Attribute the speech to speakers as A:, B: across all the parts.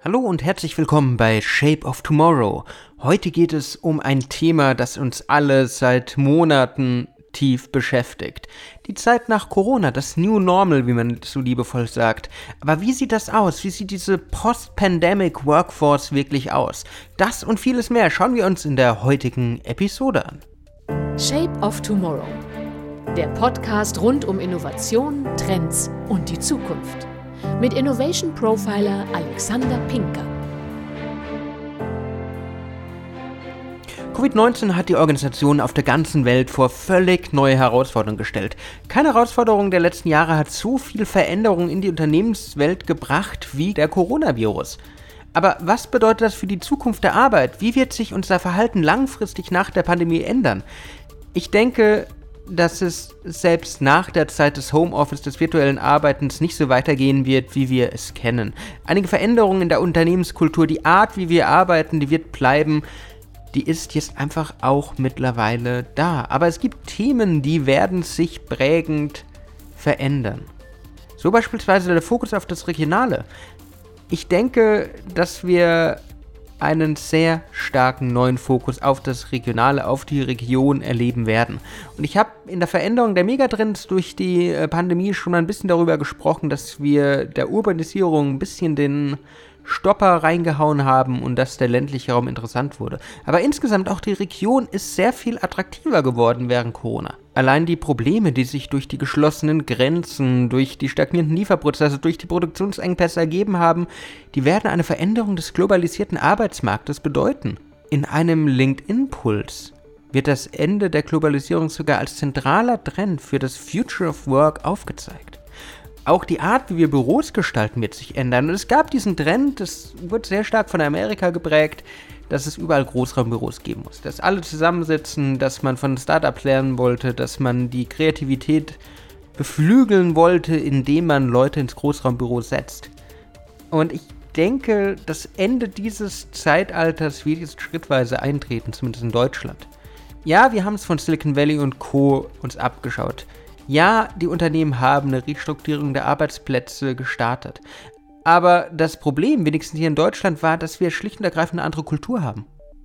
A: Hallo und herzlich willkommen bei Shape of Tomorrow. Heute geht es um ein Thema, das uns alle seit Monaten tief beschäftigt. Die Zeit nach Corona, das New Normal, wie man so liebevoll sagt. Aber wie sieht das aus? Wie sieht diese Post-Pandemic Workforce wirklich aus? Das und vieles mehr schauen wir uns in der heutigen Episode an.
B: Shape of Tomorrow. Der Podcast rund um Innovation, Trends und die Zukunft. Mit Innovation Profiler Alexander Pinker.
A: Covid-19 hat die Organisation auf der ganzen Welt vor völlig neue Herausforderungen gestellt. Keine Herausforderung der letzten Jahre hat so viel Veränderung in die Unternehmenswelt gebracht wie der Coronavirus. Aber was bedeutet das für die Zukunft der Arbeit? Wie wird sich unser Verhalten langfristig nach der Pandemie ändern? Ich denke, dass es selbst nach der Zeit des Homeoffice, des virtuellen Arbeitens nicht so weitergehen wird, wie wir es kennen. Einige Veränderungen in der Unternehmenskultur, die Art, wie wir arbeiten, die wird bleiben, die ist jetzt einfach auch mittlerweile da. Aber es gibt Themen, die werden sich prägend verändern. So beispielsweise der Fokus auf das Regionale. Ich denke, dass wir einen sehr starken neuen Fokus auf das Regionale, auf die Region erleben werden. Und ich habe in der Veränderung der Megatrends durch die Pandemie schon ein bisschen darüber gesprochen, dass wir der Urbanisierung ein bisschen den Stopper reingehauen haben und dass der ländliche Raum interessant wurde. Aber insgesamt auch die Region ist sehr viel attraktiver geworden während Corona. Allein die Probleme, die sich durch die geschlossenen Grenzen, durch die stagnierenden Lieferprozesse, durch die Produktionsengpässe ergeben haben, die werden eine Veränderung des globalisierten Arbeitsmarktes bedeuten. In einem LinkedIn-Puls wird das Ende der Globalisierung sogar als zentraler Trend für das Future of Work aufgezeigt. Auch die Art, wie wir Büros gestalten, wird sich ändern. Und es gab diesen Trend, das wird sehr stark von Amerika geprägt, dass es überall Großraumbüros geben muss. Dass alle zusammensitzen, dass man von Startups lernen wollte, dass man die Kreativität beflügeln wollte, indem man Leute ins Großraumbüro setzt. Und ich denke, das Ende dieses Zeitalters wird jetzt schrittweise eintreten, zumindest in Deutschland. Ja, wir haben es von Silicon Valley und Co. uns abgeschaut. Ja, die Unternehmen haben eine Restrukturierung der Arbeitsplätze gestartet. Aber das Problem, wenigstens hier in Deutschland, war, dass wir schlicht und ergreifend eine andere Kultur haben.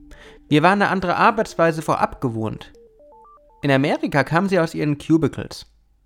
A: Wir waren eine andere Arbeitsweise vorab gewohnt. In Amerika kamen sie aus ihren Cubicles.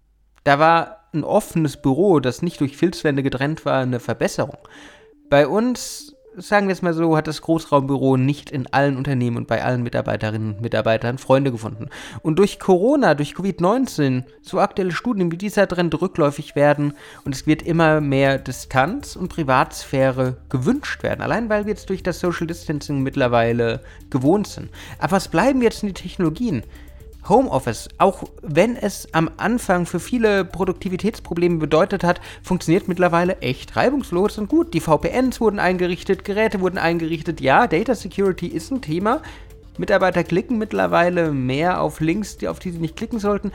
A: Da war ein offenes Büro, das nicht durch Filzwände getrennt war, eine Verbesserung. Bei uns, sagen wir es mal so, hat das Großraumbüro nicht in allen Unternehmen und bei allen Mitarbeiterinnen und Mitarbeitern Freunde gefunden. Und durch Corona, durch Covid-19, so aktuelle Studien wie dieser Trend rückläufig werden und es wird immer mehr Distanz und Privatsphäre gewünscht werden. Allein weil wir jetzt durch das Social Distancing mittlerweile gewohnt sind. Aber was bleiben jetzt in die Technologien? Homeoffice, auch wenn es am Anfang für viele Produktivitätsprobleme bedeutet hat, funktioniert mittlerweile echt reibungslos und gut. Die VPNs wurden eingerichtet, Geräte wurden eingerichtet. Ja, Data Security ist ein Thema. Mitarbeiter klicken mittlerweile mehr auf Links, auf die sie nicht klicken sollten.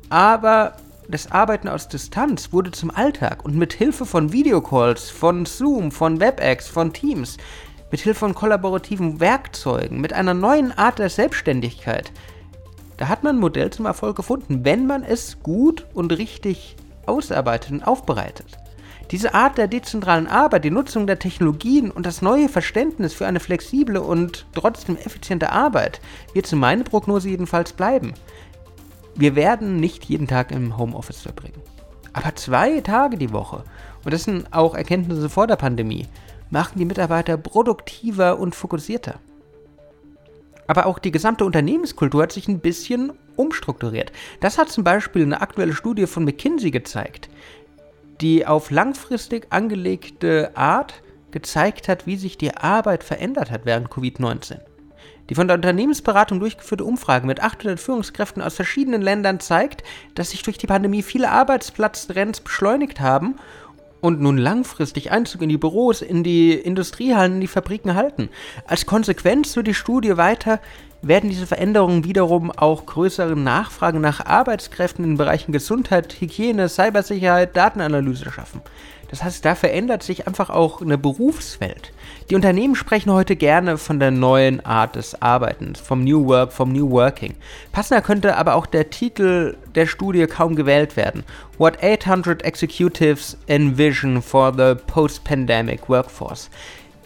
A: Aber das Arbeiten aus Distanz wurde zum Alltag und mit Hilfe von Videocalls, von Zoom, von WebEx, von Teams, mit Hilfe von kollaborativen Werkzeugen, mit einer neuen Art der Selbstständigkeit, da hat man ein Modell zum Erfolg gefunden, wenn man es gut und richtig ausarbeitet und aufbereitet. Diese Art der dezentralen Arbeit, die Nutzung der Technologien und das neue Verständnis für eine flexible und trotzdem effiziente Arbeit wird zu meiner Prognose jedenfalls bleiben. Wir werden nicht jeden Tag im Homeoffice verbringen. Aber 2 Tage die Woche, und das sind auch Erkenntnisse vor der Pandemie, machen die Mitarbeiter produktiver und fokussierter. Aber auch die gesamte Unternehmenskultur hat sich ein bisschen umstrukturiert. Das hat zum Beispiel eine aktuelle Studie von McKinsey gezeigt, die auf langfristig angelegte Art gezeigt hat, wie sich die Arbeit verändert hat während Covid-19. Die von der Unternehmensberatung durchgeführte Umfrage mit 800 Führungskräften aus verschiedenen Ländern zeigt, dass sich durch die Pandemie viele Arbeitsplatztrends beschleunigt haben und nun langfristig Einzug in die Büros, in die Industriehallen, in die Fabriken halten. Als Konsequenz, so die Studie weiter, werden diese Veränderungen wiederum auch größere Nachfrage nach Arbeitskräften in den Bereichen Gesundheit, Hygiene, Cybersicherheit, Datenanalyse schaffen. Das heißt, da verändert sich einfach auch eine Berufswelt. Die Unternehmen sprechen heute gerne von der neuen Art des Arbeitens, vom New Work, vom New Working. Passender könnte aber auch der Titel der Studie kaum gewählt werden. What 800 Executives Envision for the Post-Pandemic Workforce.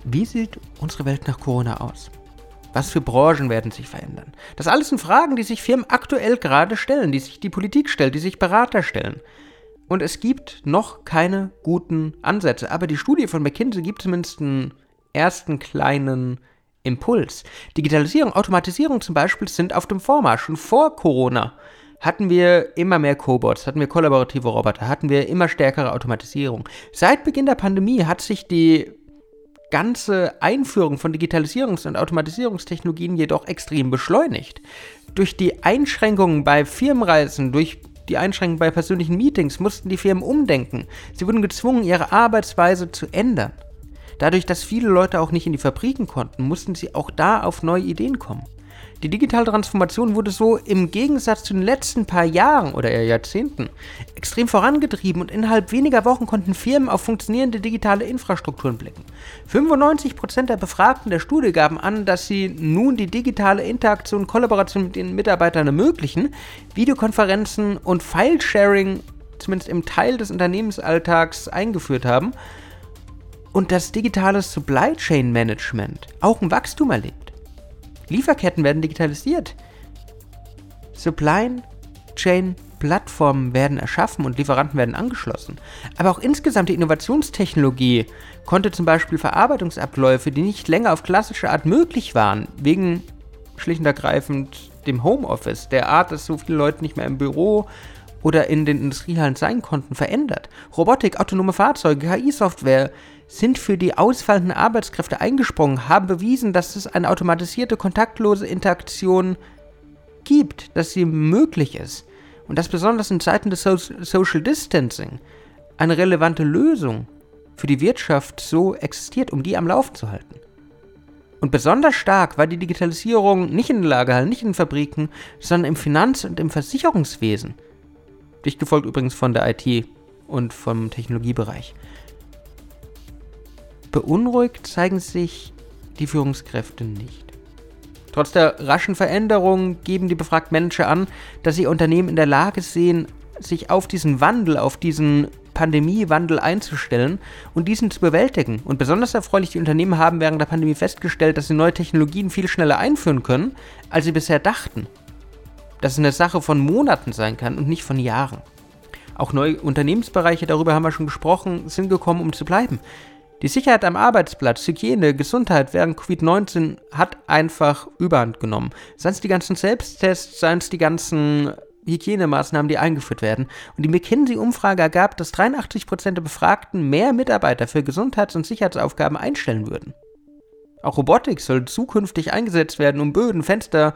A: Wie sieht unsere Welt nach Corona aus? Was für Branchen werden sich verändern? Das alles sind Fragen, die sich Firmen aktuell gerade stellen, die sich die Politik stellt, die sich Berater stellen. Und es gibt noch keine guten Ansätze. Aber die Studie von McKinsey gibt zumindest einen ersten kleinen Impuls. Digitalisierung, Automatisierung zum Beispiel sind auf dem Vormarsch. Schon vor Corona hatten wir immer mehr Cobots, hatten wir kollaborative Roboter, hatten wir immer stärkere Automatisierung. Seit Beginn der Pandemie hat sich die ganze Einführung von Digitalisierungs- und Automatisierungstechnologien jedoch extrem beschleunigt. Durch die Einschränkungen bei Firmenreisen, durch die Einschränkungen bei persönlichen Meetings mussten die Firmen umdenken. Sie wurden gezwungen, ihre Arbeitsweise zu ändern. Dadurch, dass viele Leute auch nicht in die Fabriken konnten, mussten sie auch da auf neue Ideen kommen. Die digitale Transformation wurde so im Gegensatz zu den letzten paar Jahren oder eher Jahrzehnten extrem vorangetrieben und innerhalb weniger Wochen konnten Firmen auf funktionierende digitale Infrastrukturen blicken. 95% der Befragten der Studie gaben an, dass sie nun die digitale Interaktion und Kollaboration mit den Mitarbeitern ermöglichen, Videokonferenzen und File-Sharing zumindest im Teil des Unternehmensalltags eingeführt haben und das digitale Supply Chain Management auch ein Wachstum erlebt. Lieferketten werden digitalisiert. Supply Chain Plattformen werden erschaffen und Lieferanten werden angeschlossen. Aber auch insgesamt die Innovationstechnologie konnte zum Beispiel Verarbeitungsabläufe, die nicht länger auf klassische Art möglich waren, wegen schlicht und ergreifend dem Homeoffice, der Art, dass so viele Leute nicht mehr im Büro oder in den Industriehallen sein konnten, verändert. Robotik, autonome Fahrzeuge, KI-Software sind für die ausfallenden Arbeitskräfte eingesprungen, haben bewiesen, dass es eine automatisierte, kontaktlose Interaktion gibt, dass sie möglich ist und dass besonders in Zeiten des Social Distancing eine relevante Lösung für die Wirtschaft so existiert, um die am Laufen zu halten. Und besonders stark war die Digitalisierung nicht in den Lagerhallen, nicht in den Fabriken, sondern im Finanz- und im Versicherungswesen. Dicht gefolgt übrigens von der IT und vom Technologiebereich. Beunruhigt zeigen sich die Führungskräfte nicht. Trotz der raschen Veränderungen geben die befragten Manager an, dass sie Unternehmen in der Lage sehen, sich auf diesen Wandel, auf diesen Pandemiewandel einzustellen und diesen zu bewältigen. Und besonders erfreulich, die Unternehmen haben während der Pandemie festgestellt, dass sie neue Technologien viel schneller einführen können, als sie bisher dachten. Dass es eine Sache von Monaten sein kann und nicht von Jahren. Auch neue Unternehmensbereiche, darüber haben wir schon gesprochen, sind gekommen, um zu bleiben. Die Sicherheit am Arbeitsplatz, Hygiene, Gesundheit während Covid-19 hat einfach Überhand genommen. Seien es die ganzen Selbsttests, seien es die ganzen Hygienemaßnahmen, die eingeführt werden. Und die McKinsey-Umfrage ergab, dass 83% der Befragten mehr Mitarbeiter für Gesundheits- und Sicherheitsaufgaben einstellen würden. Auch Robotik soll zukünftig eingesetzt werden, um Böden, Fenster,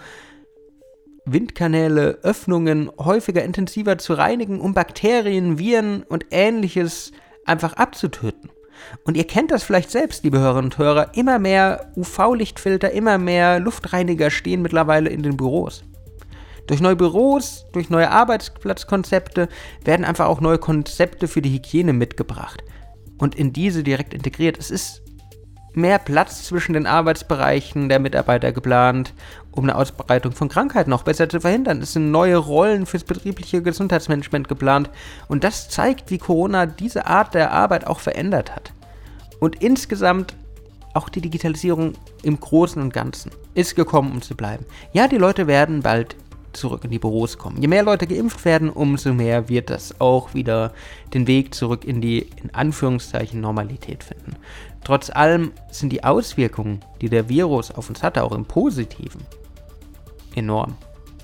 A: Windkanäle, Öffnungen häufiger, intensiver zu reinigen, um Bakterien, Viren und Ähnliches einfach abzutöten. Und ihr kennt das vielleicht selbst, liebe Hörerinnen und Hörer, immer mehr UV-Lichtfilter, immer mehr Luftreiniger stehen mittlerweile in den Büros. Durch neue Büros, durch neue Arbeitsplatzkonzepte werden einfach auch neue Konzepte für die Hygiene mitgebracht und in diese direkt integriert. Es ist mehr Platz zwischen den Arbeitsbereichen der Mitarbeiter geplant, um eine Ausbreitung von Krankheiten noch besser zu verhindern. Es sind neue Rollen fürs betriebliche Gesundheitsmanagement geplant und das zeigt, wie Corona diese Art der Arbeit auch verändert hat. Und insgesamt auch die Digitalisierung im Großen und Ganzen ist gekommen, um zu bleiben. Ja, die Leute werden bald zurück in die Büros kommen. Je mehr Leute geimpft werden, umso mehr wird das auch wieder den Weg zurück in die, in Anführungszeichen, Normalität finden. Trotz allem sind die Auswirkungen, die der Virus auf uns hatte, auch im Positiven, enorm.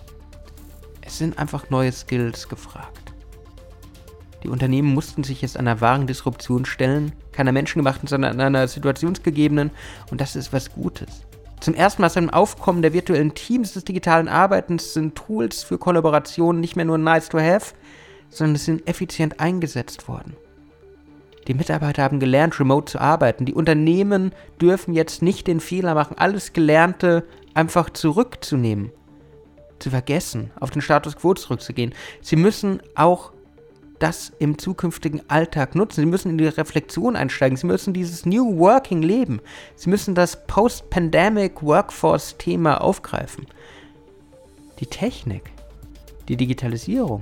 A: Es sind einfach neue Skills gefragt. Die Unternehmen mussten sich jetzt einer wahren Disruption stellen, keiner menschengemachten, sondern einer situationsgegebenen, und das ist was Gutes. Zum ersten Mal seit dem Aufkommen der virtuellen Teams des digitalen Arbeitens sind Tools für Kollaboration nicht mehr nur nice to have, sondern es sind effizient eingesetzt worden. Die Mitarbeiter haben gelernt, remote zu arbeiten. Die Unternehmen dürfen jetzt nicht den Fehler machen, alles Gelernte einfach zurückzunehmen, zu vergessen, auf den Status quo zurückzugehen. Sie müssen auch das im zukünftigen Alltag nutzen. Sie müssen in die Reflexion einsteigen. Sie müssen dieses New Working leben. Sie müssen das Post-Pandemic Workforce-Thema aufgreifen. Die Technik, die Digitalisierung,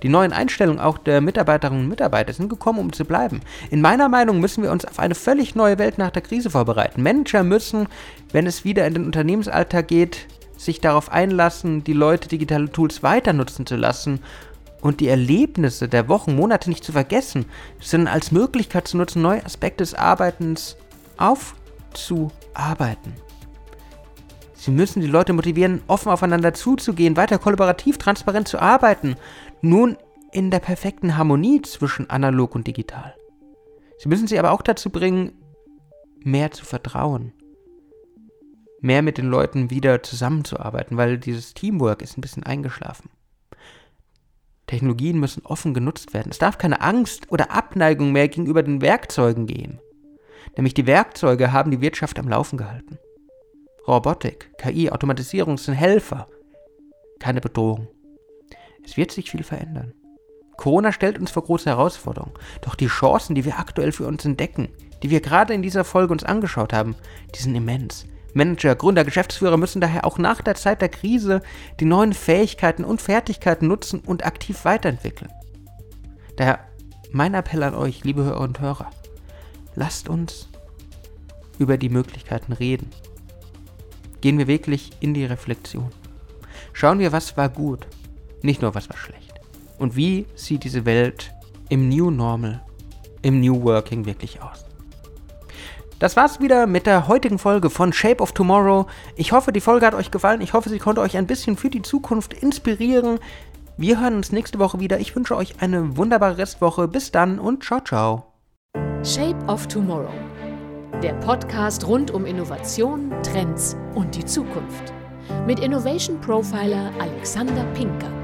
A: Die neuen Einstellungen auch der Mitarbeiterinnen und Mitarbeiter sind gekommen, um zu bleiben. In meiner Meinung müssen wir uns auf eine völlig neue Welt nach der Krise vorbereiten. Manager müssen, wenn es wieder in den Unternehmensalltag geht, sich darauf einlassen, die Leute digitale Tools weiter nutzen zu lassen und die Erlebnisse der Wochen, Monate nicht zu vergessen, sondern als Möglichkeit zu nutzen, neue Aspekte des Arbeitens aufzuarbeiten. Sie müssen die Leute motivieren, offen aufeinander zuzugehen, weiter kollaborativ, transparent zu arbeiten, nun in der perfekten Harmonie zwischen analog und digital. Sie müssen sie aber auch dazu bringen, mehr zu vertrauen, mehr mit den Leuten wieder zusammenzuarbeiten, weil dieses Teamwork ist ein bisschen eingeschlafen. Technologien müssen offen genutzt werden. Es darf keine Angst oder Abneigung mehr gegenüber den Werkzeugen geben. Nämlich die Werkzeuge haben die Wirtschaft am Laufen gehalten. Robotik, KI, Automatisierung sind Helfer, keine Bedrohung. Es wird sich viel verändern. Corona stellt uns vor große Herausforderungen. Doch die Chancen, die wir aktuell für uns entdecken, die wir gerade in dieser Folge uns angeschaut haben, die sind immens. Manager, Gründer, Geschäftsführer müssen daher auch nach der Zeit der Krise die neuen Fähigkeiten und Fertigkeiten nutzen und aktiv weiterentwickeln. Daher mein Appell an euch, liebe Hörer und Hörer, lasst uns über die Möglichkeiten reden. Gehen wir wirklich in die Reflexion. Schauen wir, was war gut, nicht nur was war schlecht. Und wie sieht diese Welt im New Normal, im New Working wirklich aus? Das war's wieder mit der heutigen Folge von Shape of Tomorrow. Ich hoffe, die Folge hat euch gefallen. Ich hoffe, sie konnte euch ein bisschen für die Zukunft inspirieren. Wir hören uns nächste Woche wieder. Ich wünsche euch eine wunderbare Restwoche. Bis dann und ciao, ciao.
B: Shape of Tomorrow. Der Podcast rund um Innovation, Trends und die Zukunft. Mit Innovation Profiler Alexander Pinker.